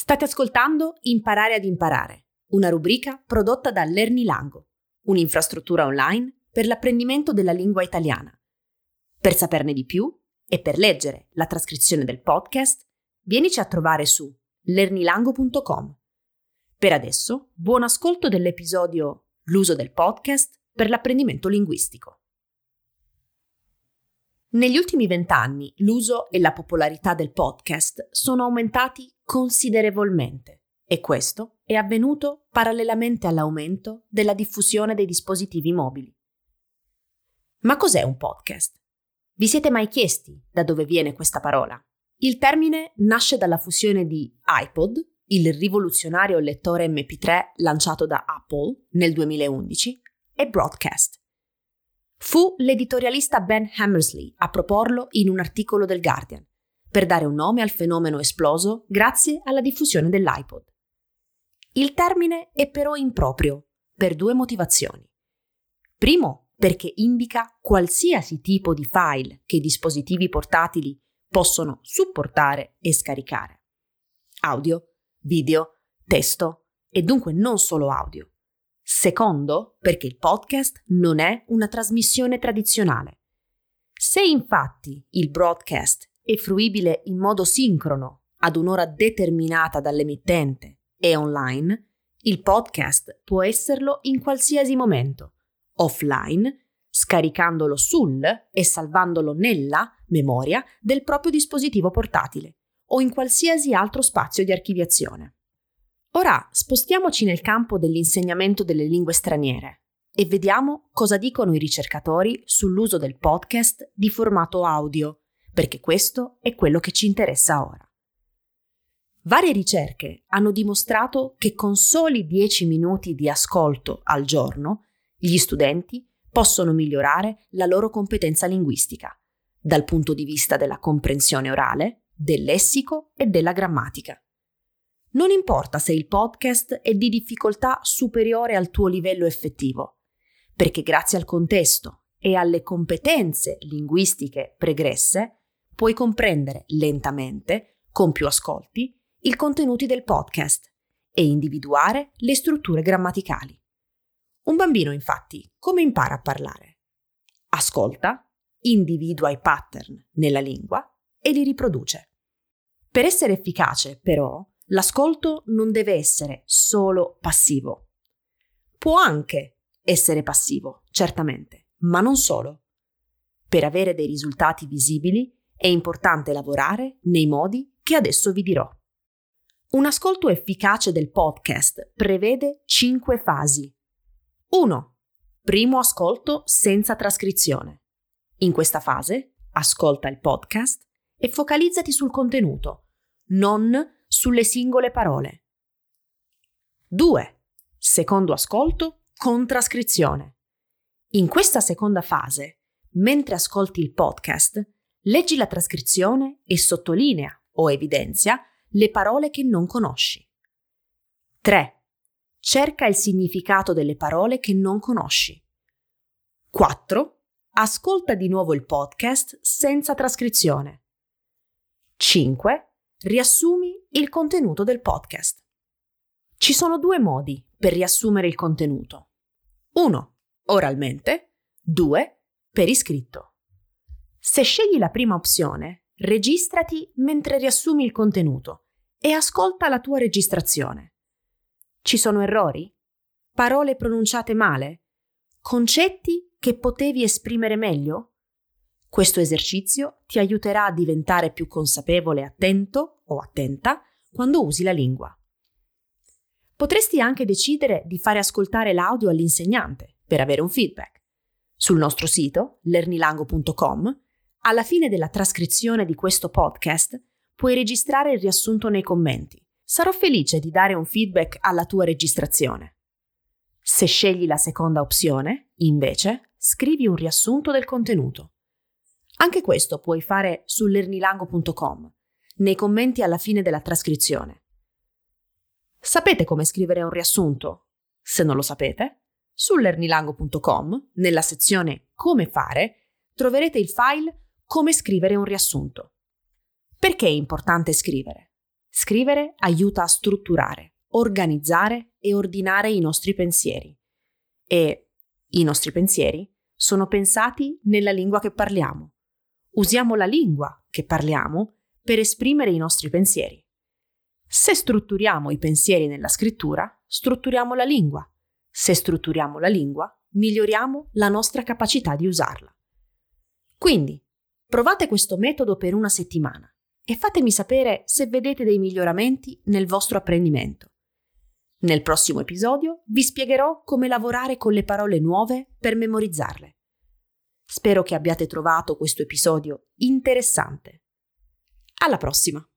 State ascoltando Imparare ad imparare, una rubrica prodotta da Lernilango, un'infrastruttura online per l'apprendimento della lingua italiana. Per saperne di più e per leggere la trascrizione del podcast, vienici a trovare su lernilango.com. Per adesso, buon ascolto dell'episodio L'uso del podcast per l'apprendimento linguistico. Negli ultimi 20 anni l'uso e la popolarità del podcast sono aumentati considerevolmente e questo è avvenuto parallelamente all'aumento della diffusione dei dispositivi mobili. Ma cos'è un podcast? Vi siete mai chiesti da dove viene questa parola? Il termine nasce dalla fusione di iPod, il rivoluzionario lettore MP3 lanciato da Apple nel 2011, e broadcast. Fu l'editorialista Ben Hammersley a proporlo in un articolo del Guardian, per dare un nome al fenomeno esploso grazie alla diffusione dell'iPod. Il termine è però improprio per due motivazioni. Primo, perché indica qualsiasi tipo di file che i dispositivi portatili possono supportare e scaricare. Audio, video, testo e dunque non solo audio. Secondo, perché il podcast non è una trasmissione tradizionale. Se infatti il broadcast è fruibile in modo sincrono ad un'ora determinata dall'emittente e online, il podcast può esserlo in qualsiasi momento, offline, scaricandolo sul e salvandolo nella memoria del proprio dispositivo portatile o in qualsiasi altro spazio di archiviazione. Ora spostiamoci nel campo dell'insegnamento delle lingue straniere e vediamo cosa dicono i ricercatori sull'uso del podcast di formato audio, perché questo è quello che ci interessa ora. Varie ricerche hanno dimostrato che con soli 10 minuti di ascolto al giorno, gli studenti possono migliorare la loro competenza linguistica, dal punto di vista della comprensione orale, del lessico e della grammatica. Non importa se il podcast è di difficoltà superiore al tuo livello effettivo, perché grazie al contesto e alle competenze linguistiche pregresse puoi comprendere lentamente, con più ascolti, i contenuti del podcast e individuare le strutture grammaticali. Un bambino, infatti, come impara a parlare? Ascolta, individua i pattern nella lingua e li riproduce. Per essere efficace, però, l'ascolto non deve essere solo passivo. Può anche essere passivo, certamente, ma non solo. Per avere dei risultati visibili è importante lavorare nei modi che adesso vi dirò. Un ascolto efficace del podcast prevede 5 fasi. 1. Primo ascolto senza trascrizione. In questa fase, ascolta il podcast e focalizzati sul contenuto, non sulle singole parole. 2. Secondo ascolto con trascrizione. In questa seconda fase, mentre ascolti il podcast, leggi la trascrizione e sottolinea o evidenzia le parole che non conosci. 3. Cerca il significato delle parole che non conosci. 4. Ascolta di nuovo il podcast senza trascrizione. 5. Riassumi il contenuto del podcast. Ci sono 2 modi per riassumere il contenuto. 1. Oralmente. 2. Per iscritto. Se scegli la prima opzione, registrati mentre riassumi il contenuto e ascolta la tua registrazione. Ci sono errori? Parole pronunciate male? Concetti che potevi esprimere meglio? Questo esercizio ti aiuterà a diventare più consapevole e attento o attenta quando usi la lingua. Potresti anche decidere di fare ascoltare l'audio all'insegnante per avere un feedback. Sul nostro sito, lernilango.com, alla fine della trascrizione di questo podcast, puoi registrare il riassunto nei commenti. Sarò felice di dare un feedback alla tua registrazione. Se scegli la seconda opzione, invece, scrivi un riassunto del contenuto. Anche questo puoi fare su lernilango.com, nei commenti alla fine della trascrizione. Sapete come scrivere un riassunto? Se non lo sapete, su lernilango.com, nella sezione Come fare, troverete il file Come scrivere un riassunto. Perché è importante scrivere? Scrivere aiuta a strutturare, organizzare e ordinare i nostri pensieri. E i nostri pensieri sono pensati nella lingua che parliamo. Usiamo la lingua che parliamo per esprimere i nostri pensieri. Se strutturiamo i pensieri nella scrittura, strutturiamo la lingua. Se strutturiamo la lingua, miglioriamo la nostra capacità di usarla. Quindi, provate questo metodo per una settimana e fatemi sapere se vedete dei miglioramenti nel vostro apprendimento. Nel prossimo episodio vi spiegherò come lavorare con le parole nuove per memorizzarle. Spero che abbiate trovato questo episodio interessante. Alla prossima!